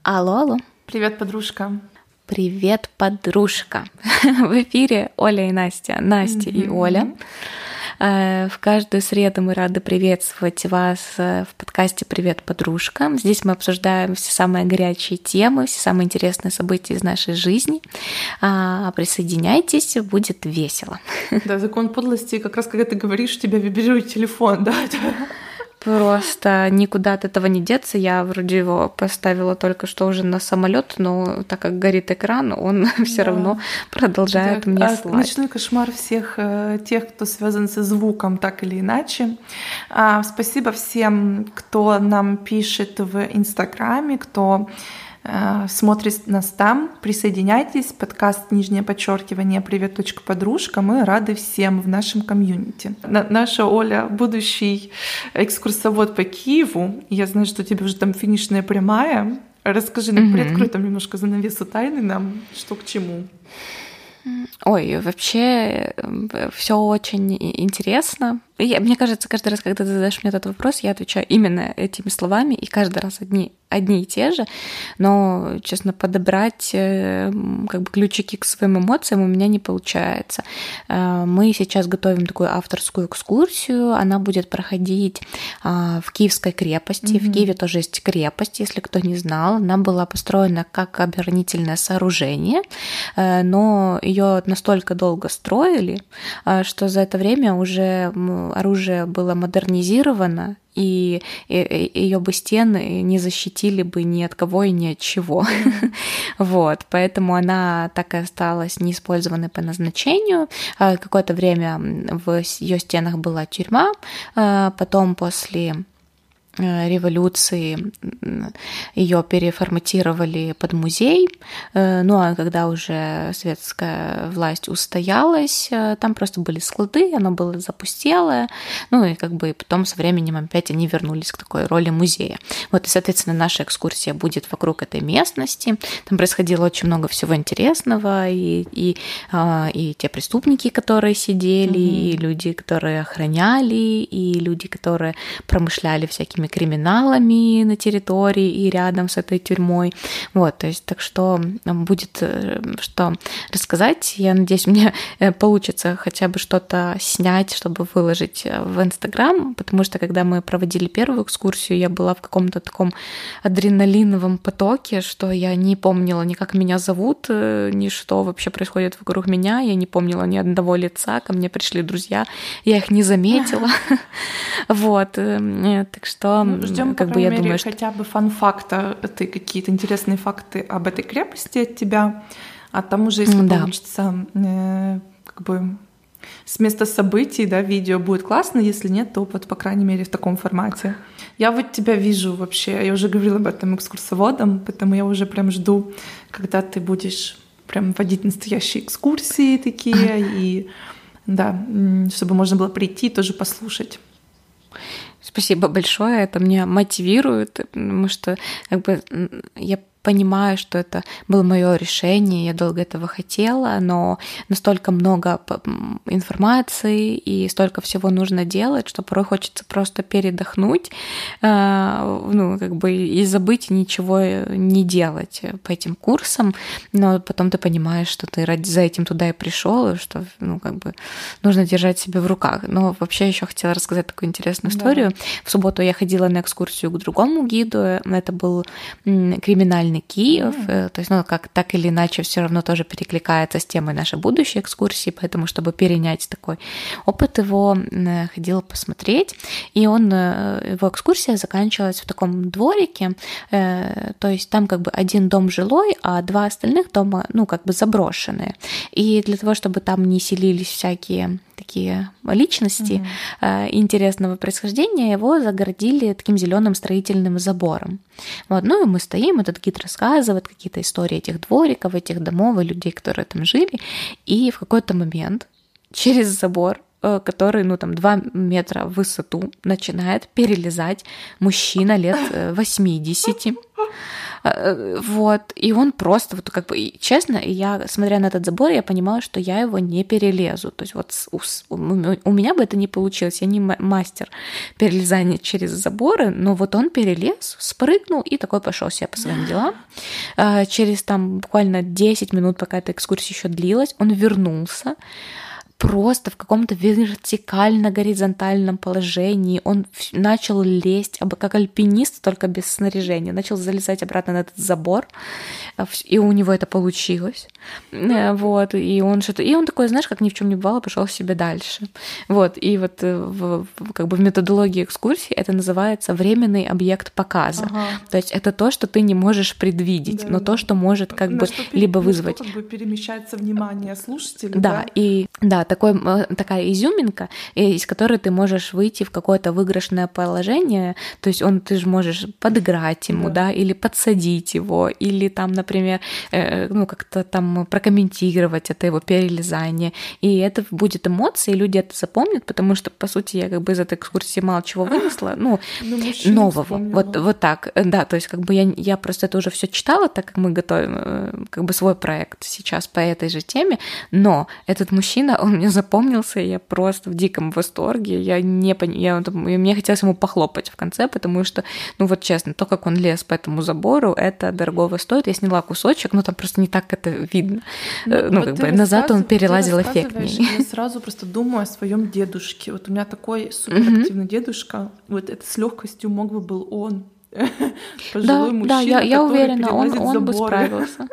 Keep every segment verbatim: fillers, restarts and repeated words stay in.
Алло, алло. Привет, подружка. Привет, подружка. В эфире Оля и Настя. Настя mm-hmm. и Оля. В каждую среду мы рады приветствовать вас в подкасте «Привет, подружка». Здесь мы обсуждаем все самые горячие темы, все самые интересные события из нашей жизни. Присоединяйтесь, будет весело. Да, закон подлости, как раз когда ты говоришь, у тебя вибрирует телефон, да? Просто никуда от этого не деться. Я вроде его поставила только что уже на самолет, но так как горит экран, он да. все равно продолжает так, мне а слать. Ночной кошмар всех э, тех, кто связан со звуком, так или иначе. А, спасибо всем, кто нам пишет в Инстаграме, кто смотрит нас там, присоединяйтесь, подкаст нижнее подчеркивание «Привет, точка, подружка», мы рады всем в нашем комьюнити. Наша Оля — будущий экскурсовод по Киеву, я знаю, что у тебя уже там финишная прямая. Расскажи нам, mm-hmm. приоткрой там немножко занавесу тайны нам, что к чему. Ой, вообще все очень интересно. Я, мне кажется, каждый раз, когда ты задаешь мне этот вопрос, я отвечаю именно этими словами, и каждый раз одни, одни и те же. Но, честно, подобрать как бы ключики к своим эмоциям у меня не получается. Мы сейчас готовим такую авторскую экскурсию. Она будет проходить в Киевской крепости. Mm-hmm. В Киеве тоже есть крепость, если кто не знал. Она была построена как оборонительное сооружение, но ее настолько долго строили, что за это время уже оружие было модернизировано, и ее бы стены не защитили бы ни от кого и ни от чего. Mm-hmm. Вот, поэтому она так и осталась неиспользованной по назначению. Какое-то время в ее стенах была тюрьма, потом после революции ее переформатировали под музей. Ну а когда уже советская власть устоялась, там просто были склады, оно было запустелое. Ну и как бы потом со временем опять они вернулись к такой роли музея. Вот и, соответственно, наша экскурсия будет вокруг этой местности. Там происходило очень много всего интересного, и, и, и те преступники, которые сидели, mm-hmm. и люди, которые охраняли, и люди, которые промышляли всякими криминалами на территории и рядом с этой тюрьмой. Вот, то есть, так что будет что рассказать. Я надеюсь, мне получится хотя бы что-то снять, чтобы выложить в Инстаграм, потому что, когда мы проводили первую экскурсию, я была в каком-то таком адреналиновом потоке, что я не помнила ни как меня зовут, ни что вообще происходит вокруг меня, я не помнила ни одного лица, ко мне пришли друзья, я их не заметила. Вот, так что Ну, ждем, как по бы, я мере, думаю, что... хотя бы фан-факта, ты какие-то интересные факты об этой крепости от тебя, а там уже, если да. получится, э, как бы с места событий, да, видео будет классно, если нет, то вот, по крайней мере, в таком формате. Я вот тебя вижу вообще, я уже говорила об этом экскурсоводом, поэтому я уже прям жду, когда ты будешь прям водить настоящие экскурсии такие, и да, чтобы можно было прийти и тоже послушать. Спасибо большое, это меня мотивирует, потому что как бы я понимаю, что это было мое решение, я долго этого хотела, но настолько много информации и столько всего нужно делать, что порой хочется просто передохнуть, ну, как бы и забыть, ничего не делать по этим курсам, но потом ты понимаешь, что ты за этим туда и пришел, и что, ну, как бы нужно держать себя в руках. Но вообще еще хотела рассказать такую интересную историю. Да. В субботу я ходила на экскурсию к другому гиду, это был криминальный Киев, mm. то есть, ну, как так или иначе, все равно тоже перекликается с темой нашей будущей экскурсии, поэтому, чтобы перенять такой опыт, его ходила посмотреть, и он, его экскурсия заканчивалась в таком дворике, то есть там как бы один дом жилой, а два остальных дома, ну, как бы заброшенные, и для того, чтобы там не селились всякие такие личности mm-hmm. интересного происхождения, его загородили таким зеленым строительным забором. Вот. Ну и мы стоим, этот гид рассказывает какие-то истории этих двориков, этих домов и людей, которые там жили, и в какой-то момент через забор который, ну, там, два метра в высоту начинает перелезать мужчина лет восьмидесяти. Вот, и он просто, вот как бы, честно, я, смотря на этот забор, я понимала, что я его не перелезу. То есть вот у, у меня бы это не получилось, я не мастер перелезания через заборы, но вот он перелез, спрыгнул и такой пошел себе по своим делам. Через там буквально десять минут, пока эта экскурсия еще длилась, он вернулся. Просто в каком-то вертикально-горизонтальном положении. Он начал лезть, как альпинист, только без снаряжения. Начал залезать обратно на этот забор, и у него это получилось. Вот, и он что-то... И он такой, знаешь, как ни в чем не бывало, пошел себе дальше. Вот, и вот в, как бы в методологии экскурсии это называется временный объект показа. Ага. То есть это то, что ты не можешь предвидеть, да, но то, что может как бы что либо пере... вызвать... Как бы перемещается внимание слушателя. Да, да? и... Да, такой, такая изюминка, из которой ты можешь выйти в какое-то выигрышное положение, то есть он, ты же можешь подыграть ему, да, да или подсадить его, или там, например, э, ну, как-то там прокомментировать это его перелезание, и это будет эмоции, люди это запомнят, потому что, по сути, я как бы из этой экскурсии мало чего вынесла, ну, нового, вот, вот так, да, то есть как бы я, я просто это уже все читала, так как мы готовим как бы свой проект сейчас по этой же теме, но этот мужчина, он мне запомнился, и я просто в диком восторге. Я не пон... я, мне хотелось ему похлопать в конце, потому что, ну вот честно, то, как он лез по этому забору, это дорогого стоит. Я сняла кусочек, но там просто не так это видно. Ну, ну вот как бы назад он перелазил эффектнее. Я сразу просто думаю о своем дедушке. Вот у меня такой суперактивный mm-hmm. дедушка, вот это с легкостью мог бы был он. Пожилой да, мужчина, да, я, я уверена, он, он бы заборы. Справился.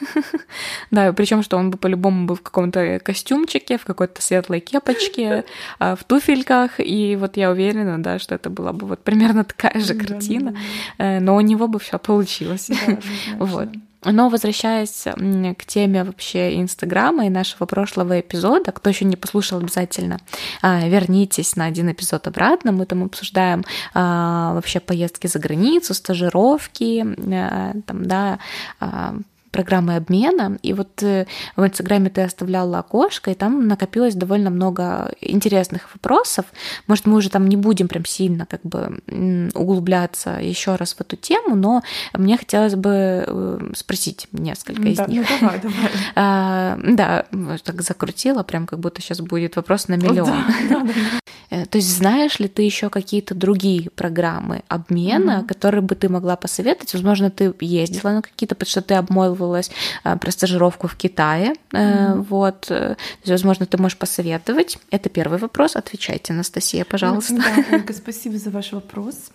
Да, причем что он бы по-любому был в каком-то костюмчике, в какой-то светлой кепочке, в туфельках, и вот я уверена, да, что это была бы вот примерно такая же картина, но у него бы все получилось. Вот. Но возвращаясь к теме вообще Инстаграма и нашего прошлого эпизода, кто еще не послушал, обязательно вернитесь на один эпизод обратно. Мы там обсуждаем вообще поездки за границу, стажировки, там, да, программы обмена, и вот в Инстаграме ты оставляла окошко, и там накопилось довольно много интересных вопросов. Может, мы уже там не будем прям сильно как бы углубляться еще раз в эту тему, но мне хотелось бы спросить несколько из да, них. Ну, давай, давай. А, да, так закрутила, прям как будто сейчас будет вопрос на миллион. Да, да, да. То есть знаешь ли ты еще какие-то другие программы обмена, mm-hmm. которые бы ты могла посоветовать? Возможно, ты ездила на какие-то, потому что ты обмолвилась про стажировку в Китае. Mm-hmm. Вот. То есть, возможно, ты можешь посоветовать. Это первый вопрос. Отвечайте, Анастасия, пожалуйста. Да, Ольга, спасибо за ваш вопрос.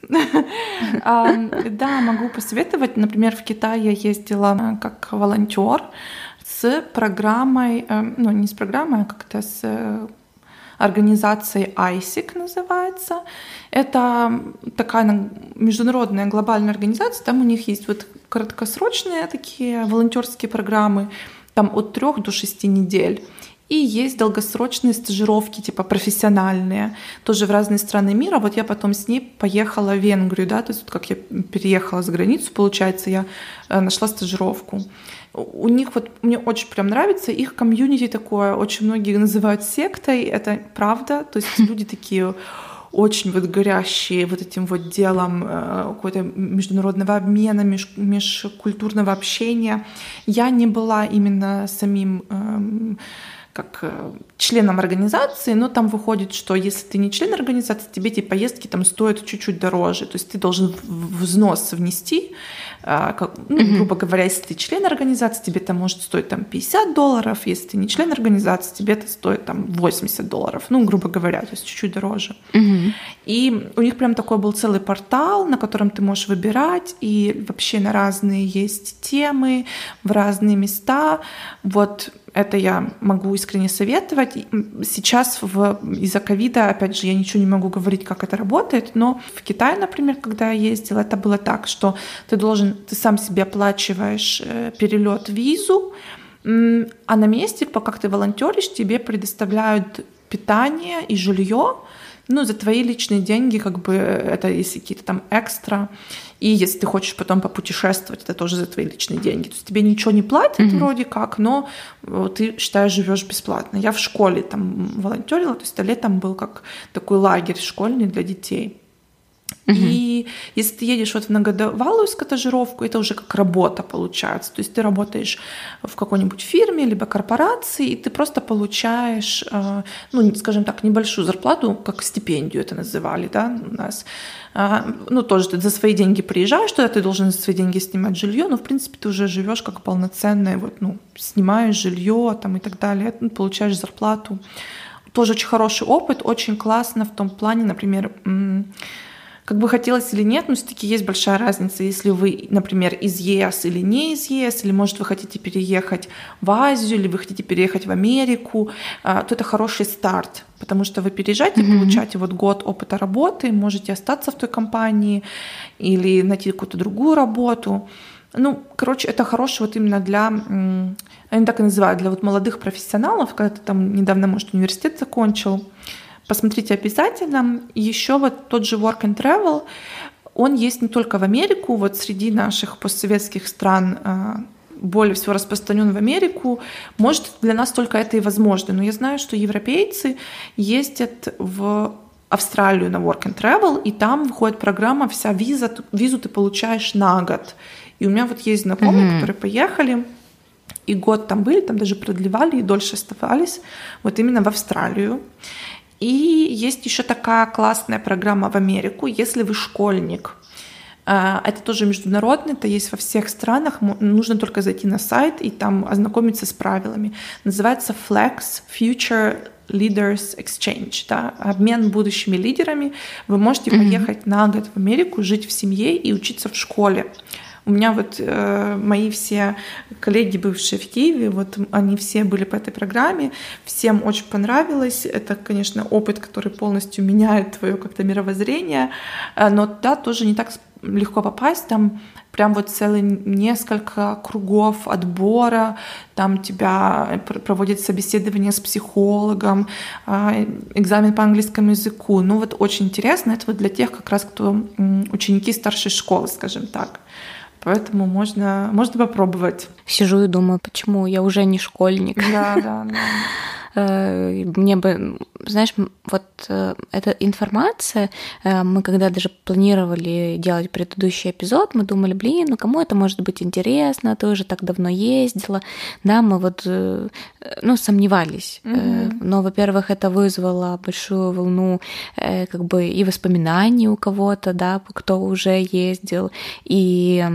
Да, могу посоветовать. Например, в Китае я ездила как волонтер с программой, ну, не с программой, а как-то с организацией ай сик называется. Это такая международная глобальная организация. Там у них есть вот краткосрочные такие волонтерские программы, там от трех до шести недель. И есть долгосрочные стажировки, типа профессиональные, тоже в разные страны мира. Вот я потом с ней поехала в Венгрию, да, то есть вот как я переехала за границу, получается, я нашла стажировку. У них вот, мне очень прям нравится, их комьюнити такое, очень многие называют сектой, это правда, то есть люди такие очень вот горящие вот этим вот делом какого-то международного обмена, меж, межкультурного общения. Я не была именно самим эм, как членом организации, но там выходит, что если ты не член организации, тебе эти поездки там стоят чуть-чуть дороже, то есть ты должен взнос внести, как, ну, грубо говоря, если ты член организации, тебе это может стоить там пятьдесят долларов, если ты не член организации, тебе это стоит там восемьдесят долларов, ну, грубо говоря, то есть чуть-чуть дороже. Mm-hmm. И у них прям такой был целый портал, на котором ты можешь выбирать, и вообще на разные есть темы, в разные места, вот. Это я могу искренне советовать. Сейчас в, из-за ковида, опять же, я ничего не могу говорить, как это работает, но в Китае, например, когда я ездила, это было так, что ты должен, ты сам себе оплачиваешь перелет, визу, а на месте, пока ты волонтеришь, тебе предоставляют питание и жилье, ну, за твои личные деньги, как бы, это если какие-то там экстра, и если ты хочешь потом попутешествовать, это тоже за твои личные деньги. То есть тебе ничего не платят mm-hmm. вроде как, но ты, считаешь, живешь бесплатно. Я в школе там волонтерила, то есть это летом был как такой лагерь школьный для детей. Uh-huh. И если ты едешь вот в многодневную стажировку, это уже как работа получается. То есть ты работаешь в какой-нибудь фирме, либо корпорации, и ты просто получаешь, ну, скажем так, небольшую зарплату, как стипендию это называли, да, у нас. Ну, тоже ты за свои деньги приезжаешь туда, ты должен за свои деньги снимать жилье, но, в принципе, ты уже живешь как полноценное, вот, ну, снимаешь жилье там и так далее, получаешь зарплату. Тоже очень хороший опыт, очень классно в том плане, например, как бы хотелось или нет, но все-таки есть большая разница, если вы, например, из ЕС или не из ЕС, или, может, вы хотите переехать в Азию, или вы хотите переехать в Америку, то это хороший старт, потому что вы переезжаете, mm-hmm. получаете вот год опыта работы, можете остаться в той компании или найти какую-то другую работу. Ну, короче, это хороший вот именно для, они так и называют, для вот молодых профессионалов, когда ты там недавно, может, университет закончил. Посмотрите обязательно. Еще вот тот же Work and Travel, он есть не только в Америку, вот среди наших постсоветских стран более всего распространен в Америку. Может, для нас только это и возможно. Но я знаю, что европейцы ездят в Австралию на Work and Travel, и там выходит программа «Вся виза», визу ты получаешь на год. И у меня вот есть знакомые, mm-hmm. которые поехали, и год там были, там даже продлевали, и дольше оставались, вот именно в Австралию. И есть еще такая классная программа в Америку, если вы школьник. Это тоже международный, это есть во всех странах, нужно только зайти на сайт и там ознакомиться с правилами. Называется Flex Future Leaders Exchange, да, обмен будущими лидерами. Вы можете mm-hmm. поехать на год в Америку, жить в семье и учиться в школе. У меня вот э, мои все коллеги, бывшие в Киеве, вот они все были по этой программе, всем очень понравилось. Это, конечно, опыт, который полностью меняет твое как-то мировоззрение, но туда тоже не так легко попасть, там прям вот целые несколько кругов отбора, там тебя проводят собеседование с психологом, экзамен по английскому языку. Ну вот очень интересно, это вот для тех как раз, кто ученики старшей школы, скажем так. Поэтому можно, можно попробовать. Сижу и думаю, почему я уже не школьник. Да, да, да. Мне бы, знаешь, вот эта информация, мы когда даже планировали делать предыдущий эпизод, мы думали, блин, ну кому это может быть интересно, ты уже так давно ездила, да, мы вот, ну, сомневались. Mm-hmm. Но, во-первых, это вызвало большую волну как бы и воспоминаний у кого-то, да, кто уже ездил, и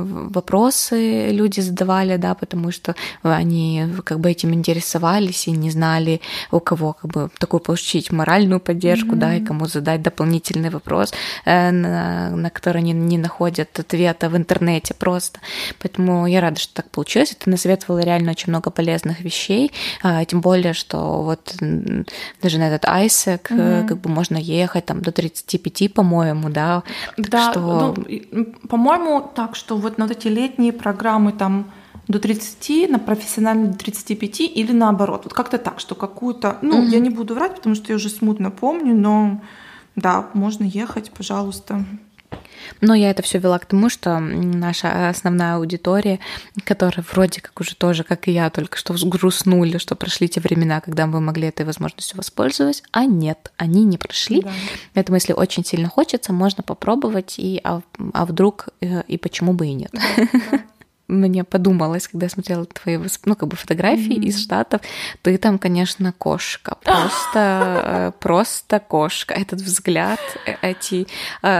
вопросы люди задавали, да, потому что они как бы этим интересовались и не знали, у кого как бы такую получить моральную поддержку, mm-hmm. да, и кому задать дополнительный вопрос, на, на который они не находят ответа в интернете просто. Поэтому я рада, что так получилось. Это насоветовало реально очень много полезных вещей, тем более, что вот даже на этот айсек mm-hmm. как бы можно ехать там до тридцати пяти, по-моему, да. Да, что... ну, по-моему, так, что вот на вот эти летние программы там до тридцати, на профессиональную до тридцати пяти или наоборот. Вот как-то так, что какую-то... Ну, mm-hmm. я не буду врать, потому что я уже смутно помню, но да, можно ехать, пожалуйста. Но я это все вела к тому, что наша основная аудитория, которая вроде как уже тоже, как и я, только что взгрустнули, что прошли те времена, когда мы могли этой возможностью воспользоваться, а нет, они не прошли. Да. Поэтому, если очень сильно хочется, можно попробовать, и, а, а вдруг и почему бы и нет. Да, да. Мне подумалось, когда я смотрела твои, ну, как бы фотографии mm-hmm. из Штатов, ты там, конечно, кошка, просто, просто кошка. Этот взгляд, эти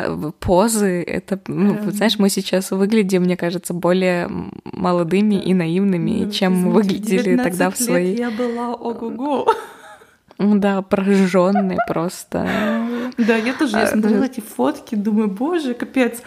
позы, это, ну, знаешь, мы сейчас выглядим, мне кажется, более молодыми и наивными, чем мы выглядели тогда в своей... я была ого-го. Да, прожжённые просто. Да, я тоже, я смотрела эти фотки, думаю, боже, капец.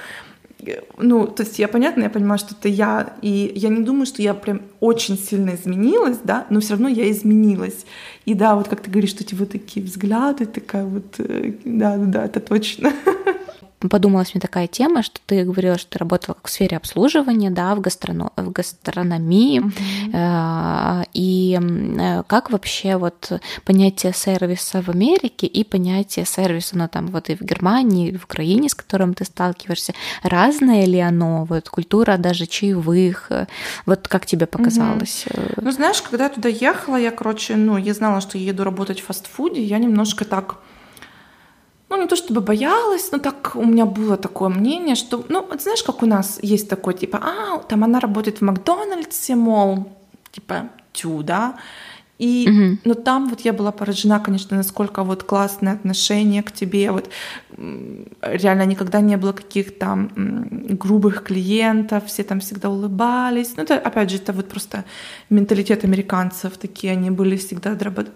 Ну, то есть я, понятно, я понимаю, что это я, и я не думаю, что я прям очень сильно изменилась, да, но все равно я изменилась. И да, вот как ты говоришь, что эти вот такие взгляды, такая вот, да, да, да, это точно. подумалась мне такая тема, что ты говорила, что ты работала в сфере обслуживания, да, в, гастроно... в гастрономии. Mm-hmm. И как вообще вот понятие сервиса в Америке и понятие сервиса, ну, там, вот и в Германии, и в Украине, с которым ты сталкиваешься, разное ли оно? Вот культура даже чаевых, вот как тебе показалось? Mm-hmm. Ну, знаешь, когда я туда ехала, я, короче, ну, я знала, что я еду работать в фастфуде, я немножко так, ну, не то чтобы боялась, но так у меня было такое мнение, что, ну, вот знаешь, как у нас есть такое, типа, а, там она работает в Макдональдсе, мол, типа, тю, да, и, mm-hmm. но там вот я была поражена, конечно, насколько вот классное отношение к тебе, вот реально никогда не было каких-то грубых клиентов, все там всегда улыбались, ну, это, опять же, это вот просто менталитет американцев, такие они были всегда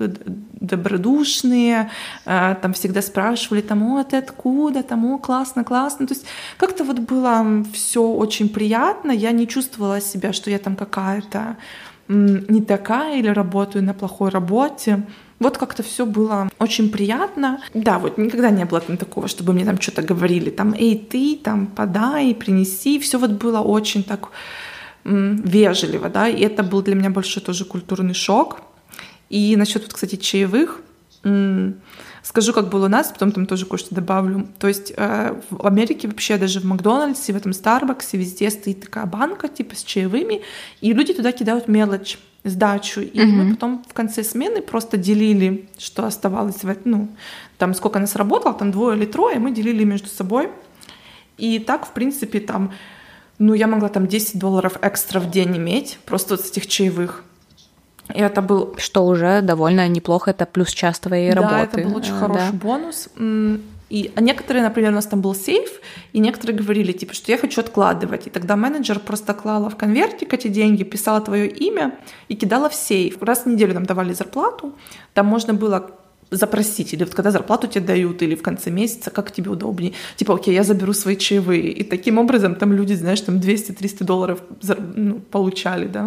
добродушные, там всегда спрашивали, там, о, ты откуда, там, о, классно, классно, то есть как-то вот было все очень приятно, я не чувствовала себя, что я там какая-то не такая или работаю на плохой работе. Вот как-то все было очень приятно. Да, вот никогда не было там такого, чтобы мне там что-то говорили, там, эй, ты, там, подай, принеси. Все вот было очень так м, вежливо, да, и это был для меня большой тоже культурный шок. И насчет, вот, кстати, чаевых, м, скажу, как было у нас, потом там тоже кое-что добавлю. То есть э, в Америке вообще даже в Макдональдсе, в этом Старбаксе везде стоит такая банка типа с чаевыми, и люди туда кидают мелочь, сдачу. И mm-hmm. мы потом в конце смены просто делили, что оставалось, в, ну, там сколько нас работало, там двое или трое, мы делили между собой. И так, в принципе, там, ну, я могла там десять долларов экстра в день иметь, просто вот с этих чаевых. И это был... Что уже довольно неплохо, это плюс час твоей да, работы. Да, это был очень а, хороший да. бонус. И, а некоторые, например, у нас там был сейф, и некоторые говорили, типа, что я хочу откладывать. И тогда менеджер просто клала в конвертик эти деньги, писала твое имя и кидала в сейф. Раз в неделю нам давали зарплату, там можно было запросить, или вот когда зарплату тебе дают, или в конце месяца, как тебе удобнее. Типа, окей, я заберу свои чаевые. И таким образом там люди, знаешь, там двести-триста долларов ну, получали, да.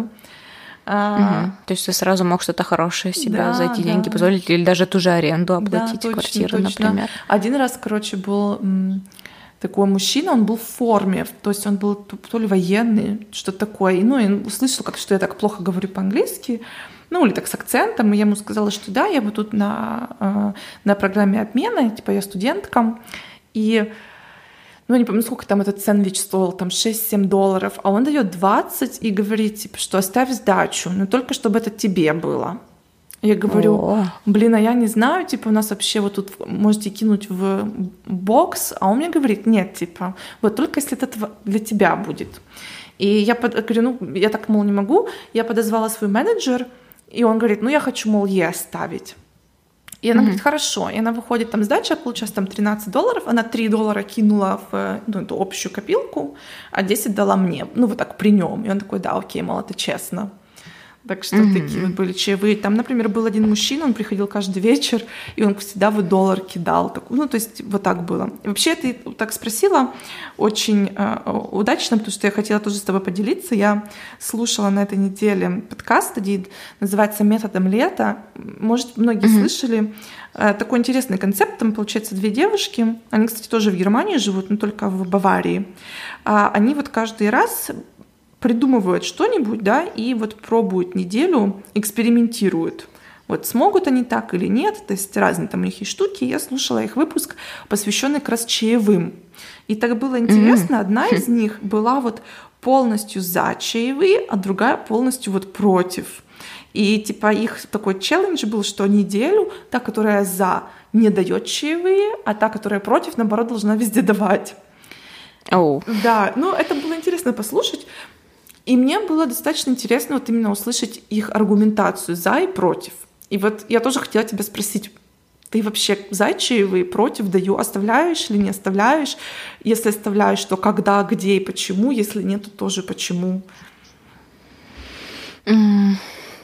Угу. То есть ты сразу мог что-то хорошее себе да, за эти да. деньги позволить, или даже ту же аренду оплатить, да, точно, квартиру, точно. Например. Один раз, короче, был м, такой мужчина, он был в форме, то есть он был то, то ли военный, что-то такое. И, ну, и услышал, как, что я так плохо говорю по-английски, ну, или так с акцентом, и я ему сказала, что да, я вот тут на, на программе обмена, типа я студентка, и... ну, я не помню, сколько там этот сэндвич стоил, там шесть-семь долларов, а он дает двадцать и говорит, типа, что оставь сдачу, но только чтобы это тебе было. Я говорю, О. блин, а я не знаю, типа, у нас вообще вот тут можете кинуть в бокс, а он мне говорит, нет, типа, вот только если это для тебя будет. И я под... говорю, ну, я так, мол, не могу, я подозвала свой менеджер, и он говорит, ну, я хочу, мол, ей оставить. И она mm-hmm. говорит, хорошо. И она выходит, там сдача, получается там тринадцать долларов, она три доллара кинула в ну, эту общую копилку, а десять дала мне, ну вот так при нем. И он такой, да, окей, мол, это честно. Так что mm-hmm. такие вот были чаевые. Там, например, был один мужчина, он приходил каждый вечер, и он всегда вот доллар кидал. Ну, то есть вот так было. И вообще ты так спросила очень э, удачно, потому что я хотела тоже с тобой поделиться. Я слушала на этой неделе подкаст, один называется «Методом лета». Может, многие mm-hmm. слышали. Э, такой интересный концепт. Там, получается, две девушки. Они, кстати, тоже в Германии живут, но только в Баварии. А они вот каждый раз... придумывают что-нибудь, да, и вот пробуют неделю, экспериментируют. Вот смогут они так или нет, то есть разные там у них есть штуки. Я слушала их выпуск, посвященный как раз чаевым. И так было интересно, mm-hmm. одна из них была вот полностью за чаевые, а другая полностью вот против. И типа их такой челлендж был, что неделю та, которая за, не дает чаевые, а та, которая против, наоборот, должна везде давать. Oh. Да, ну это было интересно послушать. И мне было достаточно интересно вот именно услышать их аргументацию за и против. И вот я тоже хотела тебя спросить, ты вообще за чаевые, против, даю, оставляешь или не оставляешь? Если оставляешь, то когда, где и почему? Если нет, то тоже почему? Mm.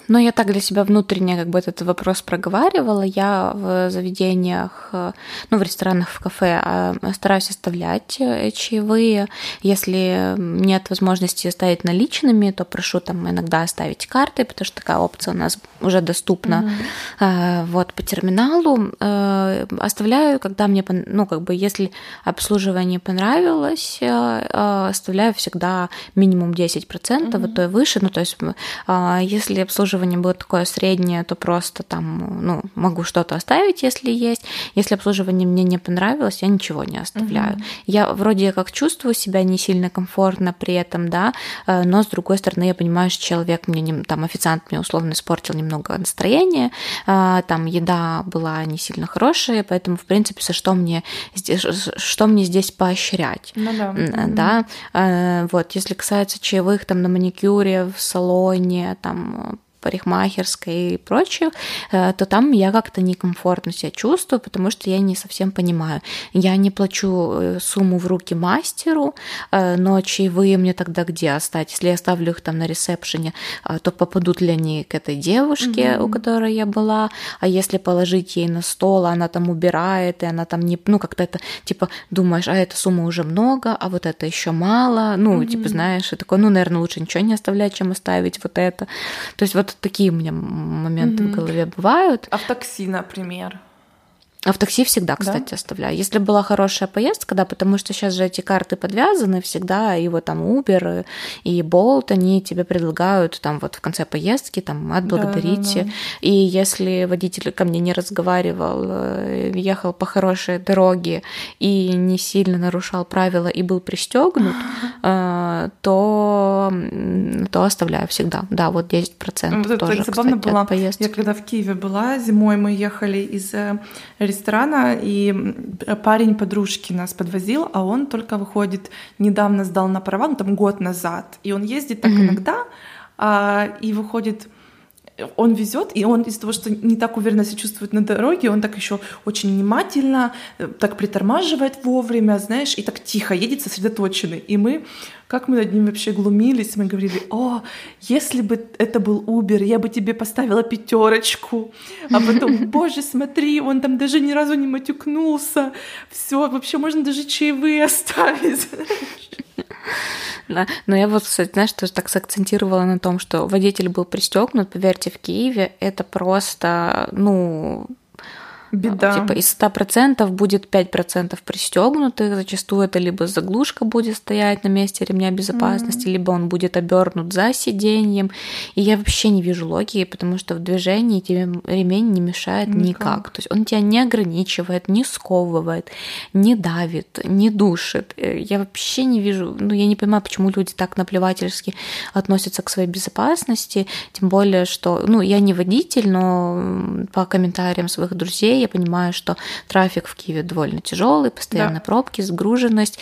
но я так для себя внутренне как бы этот вопрос проговаривала. Я в заведениях, ну, в ресторанах, в кафе стараюсь оставлять чаевые. Если нет возможности оставить наличными, то прошу там иногда оставить картой, потому что такая опция у нас уже доступна. Mm-hmm. Вот по терминалу. Оставляю, когда мне, ну, как бы, если обслуживание понравилось, оставляю всегда минимум десять процентов, mm-hmm. а то и выше. Ну, то есть, если обслуживание было такое среднее, то просто там, ну, могу что-то оставить, если есть. Если обслуживание мне не понравилось, я ничего не оставляю. Mm-hmm. Я вроде как чувствую себя не сильно комфортно при этом, да, но с другой стороны я понимаю, что человек мне, не, там, официант мне условно испортил немного настроение, там еда была не сильно хорошая, поэтому, в принципе, за что мне здесь, что мне здесь поощрять, ну, да. да, mm-hmm. вот, если касается чаевых там на маникюре, в салоне, там, парикмахерской и прочее, то там я как-то некомфортно себя чувствую, потому что я не совсем понимаю. Я не плачу сумму в руки мастеру, но чаевые мне тогда где оставить? Если я оставлю их там на ресепшене, то попадут ли они к этой девушке, mm-hmm. у которой я была? А если положить ей на стол, она там убирает, и она там не... Ну, как-то это, типа, думаешь, а эта сумма уже много, а вот это еще мало. Ну, mm-hmm. типа, знаешь, и такой, ну, наверное, лучше ничего не оставлять, чем оставить вот это. То есть вот такие у меня моменты mm-hmm. в голове бывают. А в такси, например? А в такси всегда, кстати, да? оставляю. Если была хорошая поездка, да, потому что сейчас же эти карты подвязаны всегда, и вот там Uber и Bolt, они тебе предлагают там вот в конце поездки там отблагодарить. Да, да, да. И если водитель ко мне не разговаривал, ехал по хорошей дороге и не сильно нарушал правила и был пристегнут, то, то оставляю всегда. Да, вот десять процентов вот тоже, кстати, было. От поездки. Я когда в Киеве была, зимой мы ехали из ресторана, и парень подружки нас подвозил, а он только выходит, недавно сдал на права, ну там год назад, и он ездит так mm-hmm. иногда, а, и выходит, он везет, и он из-за того, что не так уверенно себя чувствует на дороге, он так еще очень внимательно, так притормаживает вовремя, знаешь, и так тихо едет, сосредоточенный. И мы, как мы над ним вообще глумились, мы говорили: о, если бы это был Uber, я бы тебе поставила пятерочку. А потом: боже, смотри, он там даже ни разу не матюкнулся. Все, вообще можно даже чаевые оставить. Да. Но я вот, кстати, знаешь, тоже так сакцентировала на том, что водитель был пристегнут. Поверьте, в Киеве это просто, ну... Беда. Типа из ста процентов будет пять процентов пристегнутых. Зачастую это либо заглушка будет стоять на месте ремня безопасности, mm-hmm. либо он будет обернут за сиденьем. И я вообще не вижу логики, потому что в движении тебе ремень не мешает никак. никак. То есть он тебя не ограничивает, не сковывает, не давит, не душит. Я вообще не вижу, ну я не понимаю, почему люди так наплевательски относятся к своей безопасности. Тем более, что, ну я не водитель, но по комментариям своих друзей я понимаю, что трафик в Киеве довольно тяжелый, постоянно да. пробки, загруженность,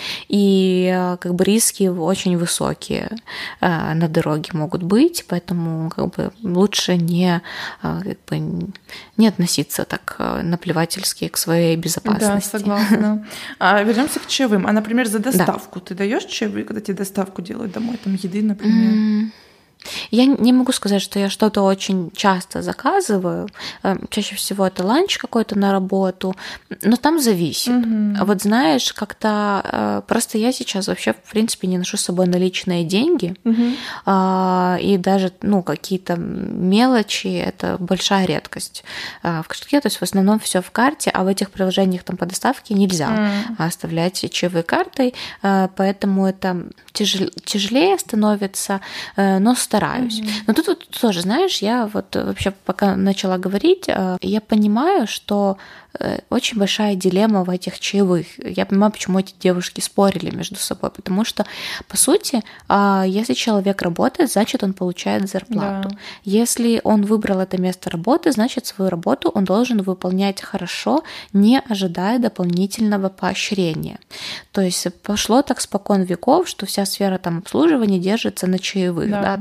и как бы риски очень высокие на дороге могут быть, поэтому как бы лучше не, как бы, не относиться так наплевательски к своей безопасности. Да, согласна. А, вернемся к чаевым. А, например, за доставку да. ты даешь чаевые, когда тебе доставку делают домой, там еды, например? Mm. Я не могу сказать, что я что-то очень часто заказываю. Чаще всего это ланч какой-то на работу, но там зависит. Mm-hmm. Вот знаешь, как-то просто я сейчас вообще, в принципе, не ношу с собой наличные деньги, mm-hmm. и даже, ну, какие-то мелочи — это большая редкость в кошельке. То есть в основном все в карте, а в этих приложениях там по доставке нельзя mm-hmm. оставлять чаевые картой, поэтому это тяжелее становится, но стараюсь. Mm-hmm. Но тут, тут тоже, знаешь, я вот вообще пока начала говорить, я понимаю, что очень большая дилемма в этих чаевых. Я понимаю, почему эти девушки спорили между собой, потому что, по сути, если человек работает, значит, он получает зарплату. Да. Если он выбрал это место работы, значит, свою работу он должен выполнять хорошо, не ожидая дополнительного поощрения. То есть пошло так спокон веков, что вся сфера там обслуживания держится на чаевых, да. Да? То есть все официанты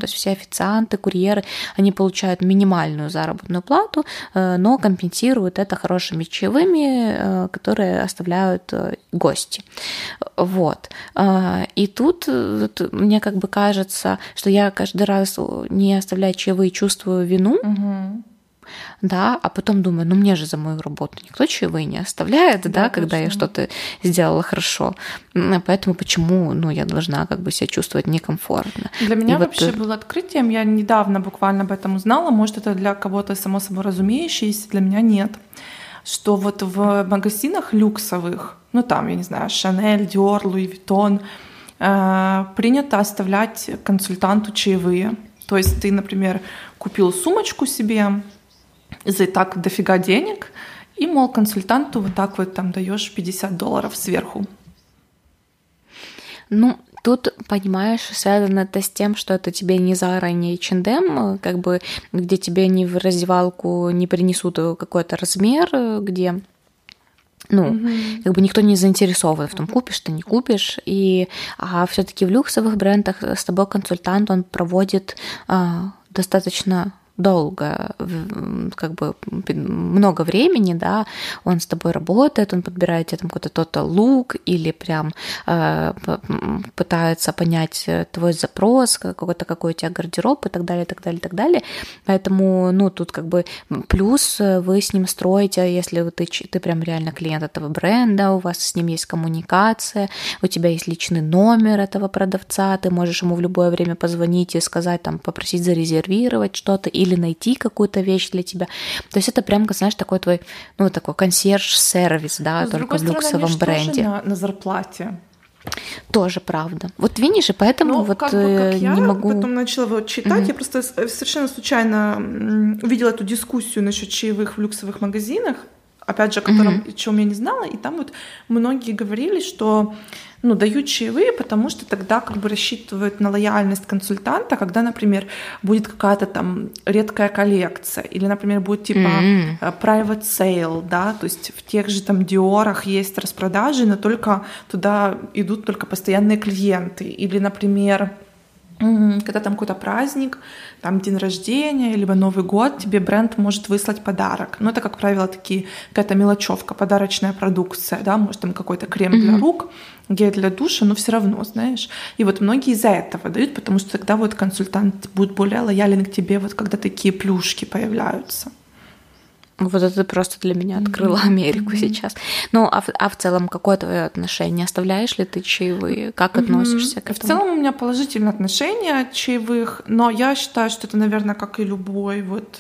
официанты, курьеры, они получают минимальную заработную плату, но компенсируют это хорошими чаевыми, которые оставляют гости. Вот. И тут мне как бы кажется, что я каждый раз, не оставляя чаевые, чувствую вину, угу. Да, а потом думаю, ну мне же за мою работу никто чаевые не оставляет, да, да когда я что-то сделала хорошо. Поэтому почему, ну, я должна как бы себя чувствовать некомфортно. Для меня И вообще вот... было открытием, я недавно буквально об этом узнала, может, это для кого-то само собой разумеющееся, для меня нет, что вот в магазинах люксовых, ну там, я не знаю, Шанель, Диор, Луи Виттон, э, принято оставлять консультанту чаевые. То есть ты, например, купил сумочку себе за так дофига денег, и, мол, консультанту вот так вот там даешь пятьдесят долларов сверху. Ну, тут, понимаешь, связано это с тем, что это тебе не Zara, не эйч энд эм, как бы, где тебе не в раздевалку не принесут какой-то размер, где... Ну, mm-hmm. как бы никто не заинтересован в том, купишь ты, не купишь. И, а все-таки в люксовых брендах с тобой консультант, он проводит а, достаточно долго, как бы много времени, да, он с тобой работает, он подбирает тебе там какой-то тот лук или прям э, пытается понять твой запрос, какой-то какой у тебя гардероб и так далее, и так далее, и так далее. Поэтому, ну, тут как бы плюс вы с ним строите, если ты, ты прям реально клиент этого бренда, у вас с ним есть коммуникация, у тебя есть личный номер этого продавца, ты можешь ему в любое время позвонить и сказать, там, попросить зарезервировать что-то или найти какую-то вещь для тебя. То есть это прям, знаешь, такой твой, ну, такой консьерж-сервис, да, но только в люксовом бренде. бренде. На, на зарплате. Тоже правда. Вот видишь, и поэтому ну, вот как бы, как не я могу... потом начала вот читать, mm-hmm. я просто совершенно случайно увидела эту дискуссию насчет чаевых в люксовых магазинах, опять же, о котором, mm-hmm. чего я не знала, и там вот многие говорили, что ну, дают чаевые, потому что тогда как бы рассчитывают на лояльность консультанта, когда, например, будет какая-то там редкая коллекция, или, например, будет типа mm-hmm. private sale, да, то есть в тех же там Диорах есть распродажи, но только туда идут только постоянные клиенты, или, например, когда там какой-то праздник, там день рождения, либо Новый год, тебе бренд может выслать подарок. Но это, как правило, такие, какая-то мелочевка, подарочная продукция, да, может, там какой-то крем mm-hmm. для рук, гель для душа, но все равно, знаешь. И вот многие из-за этого дают, потому что тогда вот консультант будет более лоялен к тебе, вот когда такие плюшки появляются. Вот это просто для меня открыло mm-hmm. Америку mm-hmm. сейчас. Ну, а в, а в целом, какое твое отношение? Оставляешь ли ты чаевые? Как mm-hmm. относишься к этому? В целом у меня положительное отношение от чаевых, но я считаю, что это, наверное, как и любой вот...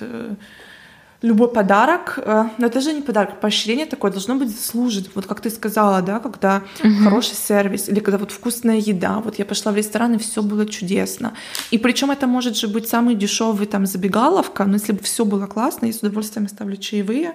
Любой подарок, но это же не подарок, поощрение такое должно быть заслужить. Вот как ты сказала, да, когда uh-huh. хороший сервис или когда вот вкусная еда. Вот я пошла в ресторан, и все было чудесно. И причем это может же быть самый дешевый там забегаловка, но если бы все было классно, я с удовольствием оставлю чаевые.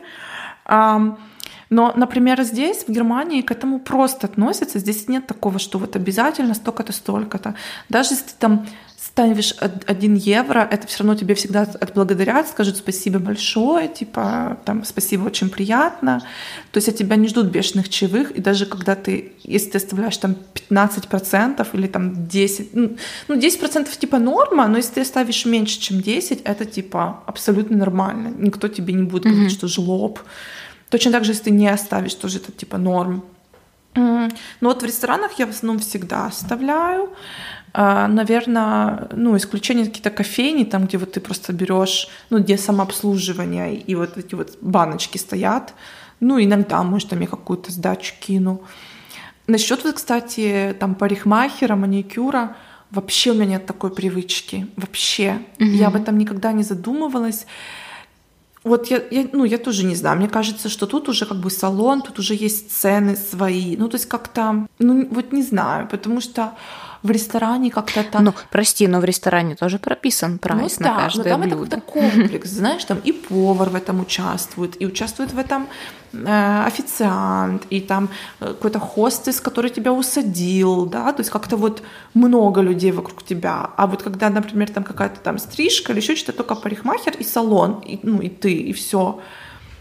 Но, например, здесь, в Германии, к этому просто относятся. Здесь нет такого, что вот обязательно столько-то, столько-то. Даже если ты там ставишь один евро, это все равно тебе всегда отблагодарят, скажут спасибо большое, типа там спасибо, очень приятно. То есть от тебя не ждут бешеных чаевых, и даже когда ты, если ты оставляешь там пятнадцать процентов или там десять процентов, ну десять процентов типа норма, но если ты оставишь меньше, чем десять процентов, это типа абсолютно нормально. Никто тебе не будет говорить, mm-hmm. что жлоб. Точно так же, если ты не оставишь, тоже это типа норм. Но вот в ресторанах я в основном всегда оставляю. Наверное, ну, исключение какие-то кофейни, там, где вот ты просто берешь, ну, где самообслуживание, и вот эти вот баночки стоят. Ну, иногда, может, там я какую-то сдачу кину. Насчет вот, кстати, там, парикмахера, маникюра, вообще у меня нет такой привычки. Вообще. Mm-hmm. Я об этом никогда не задумывалась. Вот я, я, ну, я тоже не знаю. Мне кажется, что тут уже как бы салон, тут уже есть цены свои. Ну, то есть как-то, ну, вот не знаю, потому что в ресторане как-то так... Ну, прости, но в ресторане тоже прописан прайс ну, на да, каждое но там блюдо. Это как-то комплекс, знаешь, там и повар в этом участвует, и участвует в этом э, официант, и там какой-то хостес, который тебя усадил, да, то есть как-то вот много людей вокруг тебя. А вот когда, например, там какая-то там стрижка или еще что-то, только парикмахер и салон, и, ну, и ты, и все.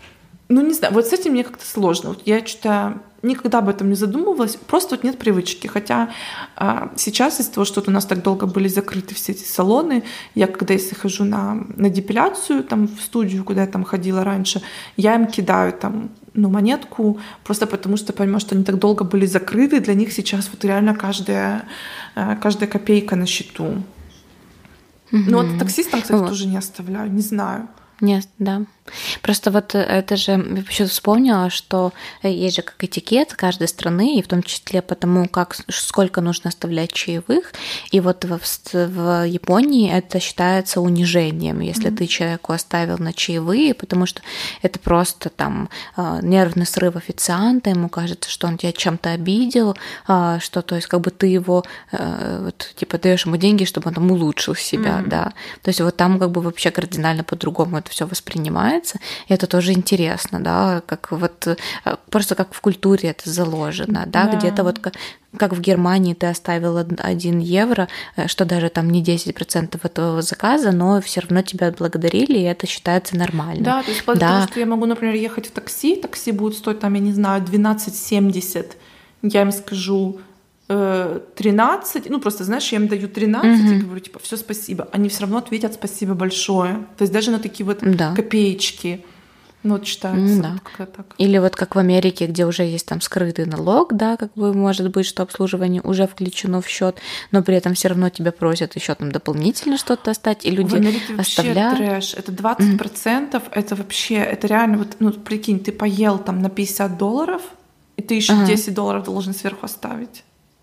Ну, не знаю, вот с этим мне как-то сложно. Вот я что-то никогда об этом не задумывалась, просто вот нет привычки. Хотя а, сейчас из-за того, что вот у нас так долго были закрыты все эти салоны, я когда если хожу на, на депиляцию там, в студию, куда я там ходила раньше, я им кидаю там ну, монетку, просто потому что понимаю, что они так долго были закрыты, для них сейчас вот реально каждая, каждая копейка на счету. Mm-hmm. Ну вот таксистам, кстати, вот. Тоже не оставляю, не знаю. Нет, да. Просто вот это же, я еще вспомнила, что есть же как этикет каждой страны, и в том числе потому, как, сколько нужно оставлять чаевых. И вот в, в Японии это считается унижением, если mm-hmm. ты человеку оставил на чаевые, потому что это просто там нервный срыв официанта, ему кажется, что он тебя чем-то обидел, что, то есть, как бы ты его, вот, типа, даешь ему деньги, чтобы он там улучшил себя, mm-hmm. да. То есть вот там как бы вообще кардинально по-другому это все воспринимается. И это тоже интересно, да, как вот просто как в культуре это заложено, да, да. Где-то вот как, как в Германии ты оставил один евро, что даже там не десять процентов этого заказа, но все равно тебя отблагодарили, и это считается нормально. Да, то есть потому да. что я могу, например, ехать в такси, такси будет стоить там, я не знаю, двенадцать семьдесят, я им скажу тринадцать, ну просто, знаешь, я им даю тринадцать mm-hmm. и говорю, типа, все, спасибо. Они все равно ответят спасибо большое. То есть даже на такие вот да. копеечки, ну вот считается. Да. Вот так. Или вот как в Америке, где уже есть там скрытый налог, да, как бы может быть, что обслуживание уже включено в счет, но при этом все равно тебя просят еще там дополнительно что-то оставить, и люди в Америке оставляют. Вообще трэш. Это двадцать процентов, mm-hmm. это вообще, это реально, вот, ну прикинь, ты поел там на пятьдесят долларов, и ты еще ага. десять долларов должен сверху оставить.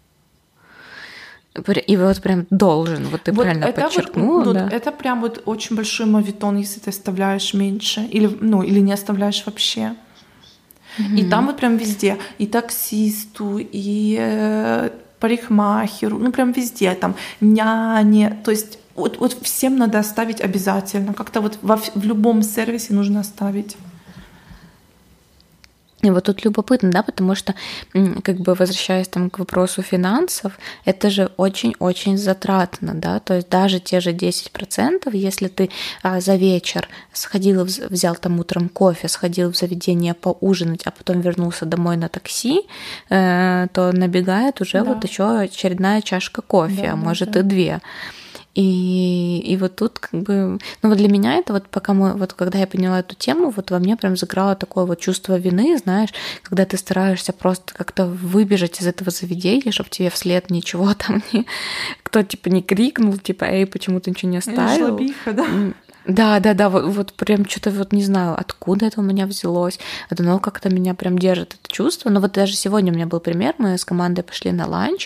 И вот прям должен, вот ты вот правильно подчеркнула. Вот, да. Это прям вот очень большой моветон, если ты оставляешь меньше или, ну, или не оставляешь вообще. Mm-hmm. И там вот прям везде, и таксисту, и э, парикмахеру, ну прям везде, там няне, то есть вот, вот всем надо оставить обязательно, как-то вот во, в любом сервисе нужно оставить. И вот тут любопытно, да, потому что, как бы возвращаясь там к вопросу финансов, это же очень-очень затратно, да, то есть даже те же десять процентов, если ты а, за вечер сходил, взял там утром кофе, сходил в заведение поужинать, а потом вернулся домой на такси, э, то набегает уже да. вот еще очередная чашка кофе, да, а может да. и две. И, и вот тут как бы, ну вот для меня это вот пока мы, вот когда я поняла эту тему, вот во мне прям заграло такое вот чувство вины, знаешь, когда ты стараешься просто как-то выбежать из этого заведения, чтобы тебе вслед ничего там не, кто типа не крикнул, типа, эй, почему ты ничего не оставил? Жлобиха, да? Да, да, да, вот, вот прям что-то вот не знаю, откуда это у меня взялось. Это, ну, как-то меня прям держит это чувство. Но вот даже сегодня у меня был пример, мы с командой пошли на ланч,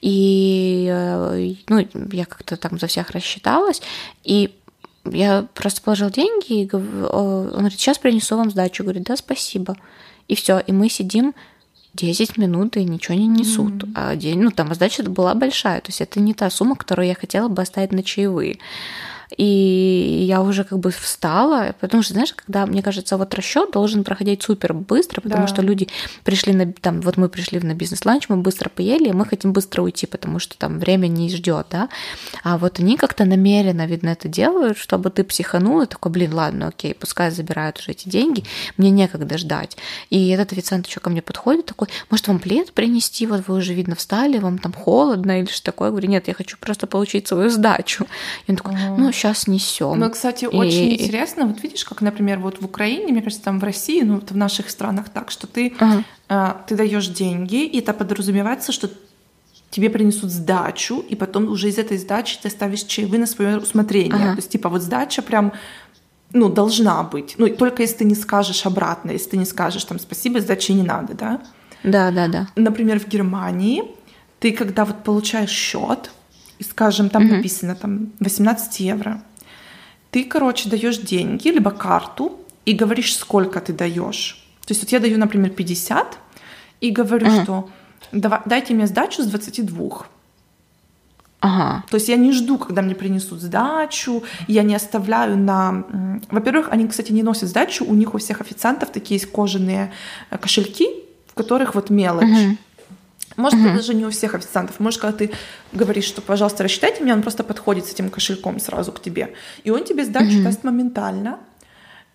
и, ну, я как-то там за всех рассчиталась, и я просто положила деньги, и он говорит, сейчас принесу вам сдачу. Говорит, да, спасибо. И все, и мы сидим десять минут и ничего не несут. Mm-hmm. А день, ну, там сдача была большая, то есть это не та сумма, которую я хотела бы оставить на чаевые. И я уже как бы встала, потому что, знаешь, когда, мне кажется, вот расчет должен проходить супер быстро, потому да. что люди пришли на, там, вот мы пришли на бизнес-ланч, мы быстро поели, и мы хотим быстро уйти, потому что там время не ждет, да, а вот они как-то намеренно, видно, это делают, чтобы ты психанул и такой, блин, ладно, окей, пускай забирают уже эти деньги, мне некогда ждать. И этот официант еще ко мне подходит, такой, может, вам плед принести, вот вы уже, видно, встали, вам там холодно или что такое, я говорю, нет, я хочу просто получить свою сдачу. И он такой, ну, сейчас несем. Ну, кстати, и... очень интересно. Вот видишь, как, например, вот в Украине, мне кажется, там в России, ну, вот в наших странах так, что ты, ага. э, ты даешь деньги, и это подразумевается, что тебе принесут сдачу, и потом уже из этой сдачи ты ставишь чаевые на свое усмотрение. Ага. То есть, типа, вот сдача прям, ну, должна быть. Ну, только если ты не скажешь обратно, если ты не скажешь, там, спасибо, сдачи не надо, да? Да, да, да. Например, в Германии ты, когда вот получаешь счет, и, скажем, там mm-hmm. написано там восемнадцать евро, ты, короче, даешь деньги, либо карту, и говоришь, сколько ты даешь. То есть вот я даю, например, пятьдесят, и говорю, mm-hmm. что давай, дайте мне сдачу с двадцати двух. Ага. То есть я не жду, когда мне принесут сдачу, я не оставляю на... Во-первых, они, кстати, не носят сдачу, у них у всех официантов такие есть кожаные кошельки, в которых вот мелочь. Mm-hmm. Может, uh-huh. даже не у всех официантов. Может, когда ты говоришь, что, пожалуйста, рассчитайте меня, он просто подходит с этим кошельком сразу к тебе. И он тебе сдачу uh-huh. даст моментально.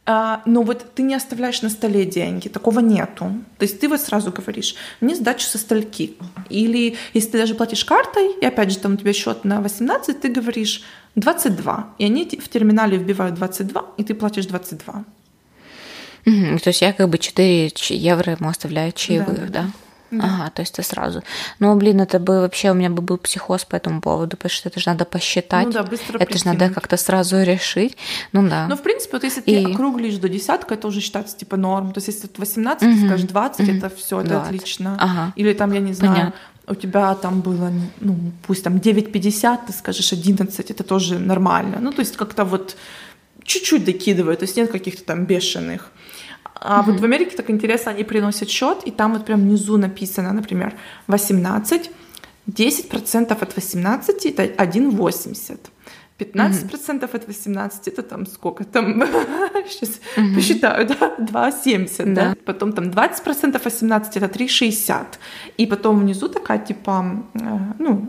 А, но вот ты не оставляешь на столе деньги, такого нету. То есть ты вот сразу говоришь, мне сдачу со стольки. Или если ты даже платишь картой, и опять же там у тебя счет на восемнадцать, ты говоришь двадцать два. И они в терминале вбивают двадцать два, и ты платишь двадцать два. Угу, то есть я как бы четыре евро ему оставляю чаевых, да? Да. Да. Ага, то есть ты сразу. Ну, блин, это бы вообще у меня бы был психоз по этому поводу, потому что это же надо посчитать. Ну да, быстро это же надо как-то сразу решить. Ну да. Ну, в принципе, вот если И... ты округлишь до десятка, это уже считается типа норм. То есть если восемнадцать, угу. ты скажешь двадцать, угу. это все, это двадцать. Отлично. Ага. Или там, я не знаю, Понятно. У тебя там было, ну, пусть там девять пятьдесят, ты скажешь одиннадцать, это тоже нормально. Ну, то есть как-то вот чуть-чуть докидывают, то есть нет каких-то там бешеных. А mm-hmm. вот в Америке так интересно, они приносят счет, и там вот прям внизу написано, например, восемнадцать, десять процентов от восемнадцати это один восемьдесят. пятнадцать процентов mm-hmm. от восемнадцати это там сколько там, сейчас mm-hmm. посчитаю, да, два семьдесят, да. да, потом там двадцать процентов от восемнадцати это три шестьдесят, и потом внизу такая типа, ну,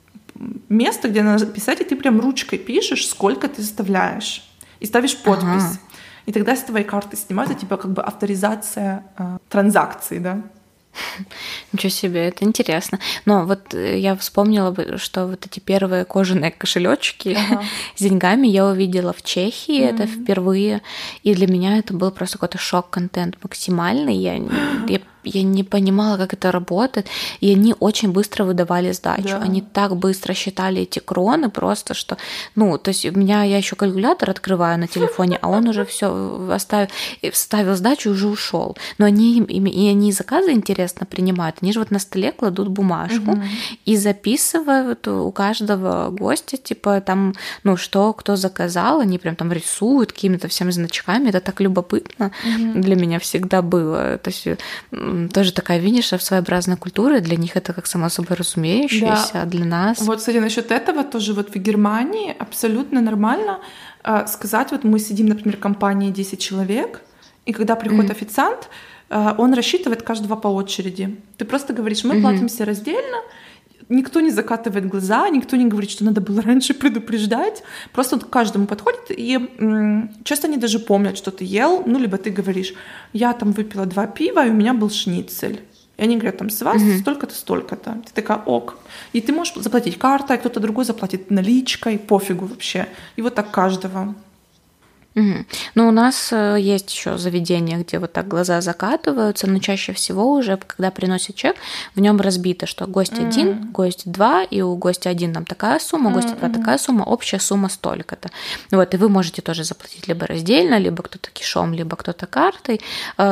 место, где надо писать, и ты прям ручкой пишешь, сколько ты заставляешь, и ставишь подпись. Ага. И тогда с твоей карты снимают, у тебя как бы авторизация э, транзакций, да. Ничего себе, это интересно. Но вот я вспомнила, что вот эти первые кожаные кошелечки ага. с деньгами я увидела в Чехии, mm-hmm. это впервые, и для меня это был просто какой-то шок-контент максимальный. Я, я, я не понимала, как это работает, и они очень быстро выдавали сдачу. Да. Они так быстро считали эти кроны просто, что, ну, то есть у меня, я еще калькулятор открываю на телефоне, а он уже все оставил, вставил сдачу и уже ушел. Но они, и они заказы интересно принимают, они же вот на столе кладут бумажку угу. и записывают у каждого гостя, типа там, ну, что кто заказал, они прям там рисуют какими-то всеми значками, это так любопытно угу. для меня всегда было. То есть тоже такая, видишь, своеобразная культура, для них это как само собой разумеющееся, да. а для нас... Вот, кстати, насчет этого тоже вот в Германии абсолютно нормально э, сказать, вот мы сидим, например, в компании десять человек, и когда приходит mm-hmm. официант, э, он рассчитывает каждого по очереди. Ты просто говоришь, мы mm-hmm. платим все раздельно, никто не закатывает глаза, никто не говорит, что надо было раньше предупреждать. Просто он к каждому подходит, и м- часто они даже помнят, что ты ел. Ну, либо ты говоришь, я там выпила два пива, и у меня был шницель. И они говорят, там, с вас mm-hmm. столько-то, столько-то. Ты такая, ок. И ты можешь заплатить картой, кто-то другой заплатит наличкой, пофигу вообще. И вот так каждого. Угу. Ну, у нас есть еще заведения, где вот так глаза закатываются, но чаще всего уже, когда приносят чек, в нем разбито, что гость mm. один, гость два, и у гостя один там такая сумма, у гостя два такая сумма, общая сумма столько-то. Вот, и вы можете тоже заплатить либо раздельно, либо кто-то кэшом, либо кто-то картой.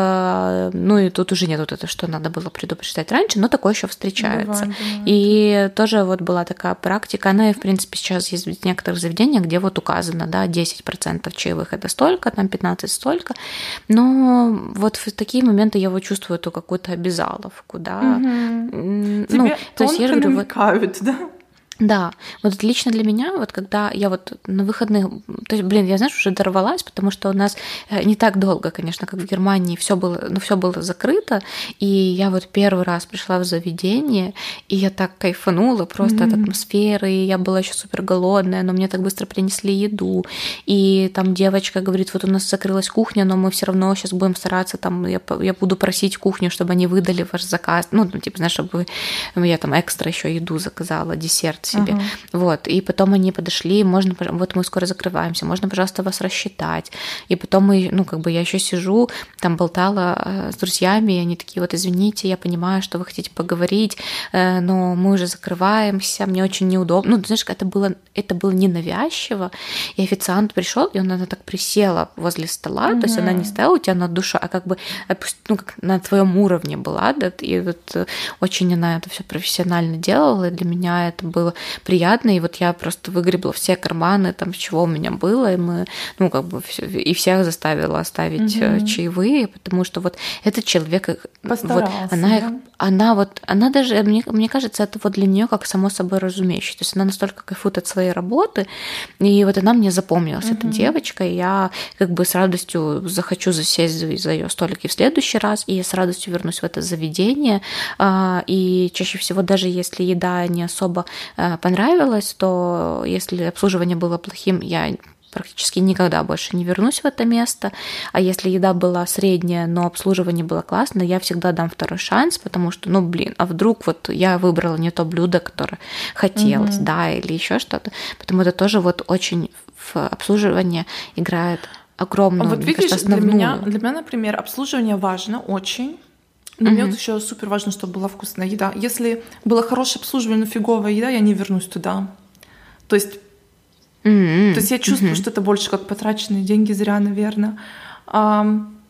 Ну, и тут уже нет вот это, что надо было предупреждать раньше, но такое еще встречается. Бывает, бывает. И тоже вот была такая практика, она, в принципе, сейчас есть в некоторых заведениях, где вот указано, да, десять процентов чаевых это столько, там пятнадцать столько. Но вот в такие моменты я вот чувствую эту какую-то обязаловку, да. Угу. Ну, тебе то есть я говорю, намекают, вот... да? Да, вот лично для меня, вот когда я вот на выходных, то есть, блин, я, знаешь, уже дорвалась, потому что у нас не так долго, конечно, как в Германии, все было, ну, все было закрыто, и я вот первый раз пришла в заведение, и я так кайфанула просто mm-hmm. от атмосферы, и я была еще супер голодная, но мне так быстро принесли еду, и там девочка говорит, вот у нас закрылась кухня, но мы все равно сейчас будем стараться, там, я, я буду просить кухню, чтобы они выдали ваш заказ, ну, типа, знаешь, чтобы я там экстра еще еду заказала, десерт себе. Uh-huh. Вот. И потом они подошли, можно, вот мы скоро закрываемся, можно, пожалуйста, вас рассчитать. И потом мы, ну, как бы я еще сижу, там болтала с друзьями, и они такие, вот, извините, я понимаю, что вы хотите поговорить, но мы уже закрываемся, мне очень неудобно. Ну, знаешь, это было, это было ненавязчиво. И официант пришел, и она так присела возле стола, uh-huh. то есть она не стояла у тебя над душой, а как бы, ну, как на твоем уровне была, да, и вот очень она это все профессионально делала, и для меня это было приятно, и вот я просто выгребла все карманы, там, чего у меня было, и мы, ну, как бы, и всех заставила оставить угу. чаевые, потому что вот этот человек, вот, она их, она вот, она даже, мне, мне кажется, это вот для нее как само собой разумеющее, то есть она настолько кайфует от своей работы, и вот она мне запомнилась, угу. эта девочка, и я как бы с радостью захочу засесть за, за ее столики в следующий раз, и я с радостью вернусь в это заведение, и чаще всего даже если еда не особо понравилось, то если обслуживание было плохим, я практически никогда больше не вернусь в это место. А если еда была средняя, но обслуживание было классное, я всегда дам второй шанс, потому что, ну, блин, а вдруг вот я выбрала не то блюдо, которое хотелось, mm-hmm. да, или еще что-то. Поэтому это тоже вот очень в обслуживании играет огромную, вот мне видишь, кажется, основную. Для меня, для меня, например, обслуживание важно очень. Но mm-hmm. мне еще супер важно, чтобы была вкусная еда. Если было хорошее обслуживание, но фиговая еда, я не вернусь туда. То есть Mm-hmm. То есть я чувствую, mm-hmm. что это больше как потраченные деньги зря, наверное. А,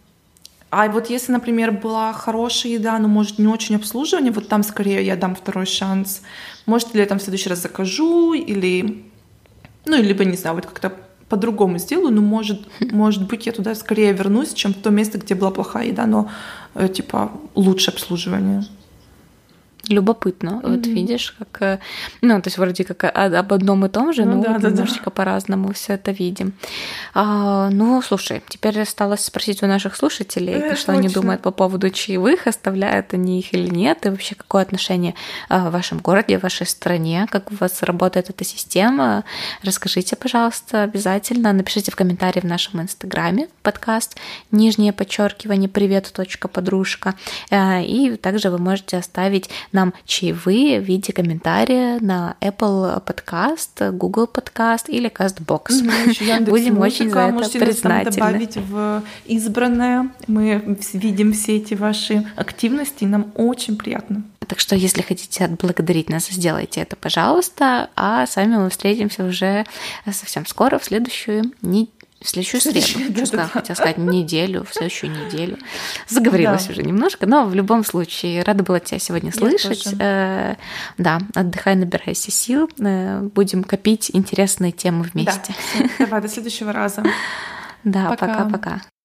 а вот если, например, была хорошая еда, но, может, не очень обслуживание, вот там скорее я дам второй шанс. Может, или я там в следующий раз закажу, или, ну, либо, не знаю, вот как-то по-другому сделаю, но, может, может быть, я туда скорее вернусь, чем в то место, где была плохая еда, но, типа, лучше обслуживание. Любопытно. Mm-hmm. Вот видишь, как, ну, то есть вроде как об одном и том же, ну, но да, да, немножечко да. по-разному все это видим. А, ну, слушай, теперь осталось спросить у наших слушателей, э, что точно. Они думают по поводу чаевых, оставляют они их или нет, и вообще какое отношение в вашем городе, в вашей стране, как у вас работает эта система. Расскажите, пожалуйста, обязательно. Напишите в комментарии в нашем инстаграме подкаст, нижнее подчеркивание, привет, точка, подружка. И также вы можете оставить нам чаевые в виде комментария на Apple Podcast, Google Podcast или CastBox. Mm-hmm. Будем очень за это можете признательны. Можете нас там добавить в избранное. Мы видим все эти ваши активности, и нам очень приятно. Так что, если хотите отблагодарить нас, сделайте это, пожалуйста. А сами мы встретимся уже совсем скоро, в следующую неделю. В следующую среду, да, да, хотела сказать, неделю, в следующую неделю. Заговорилась да. уже немножко, но в любом случае рада была тебя сегодня слышать. Э, да, отдыхай, набирайся сил, э, будем копить интересные темы вместе. Да. Давай, до следующего раза. Да, пока-пока.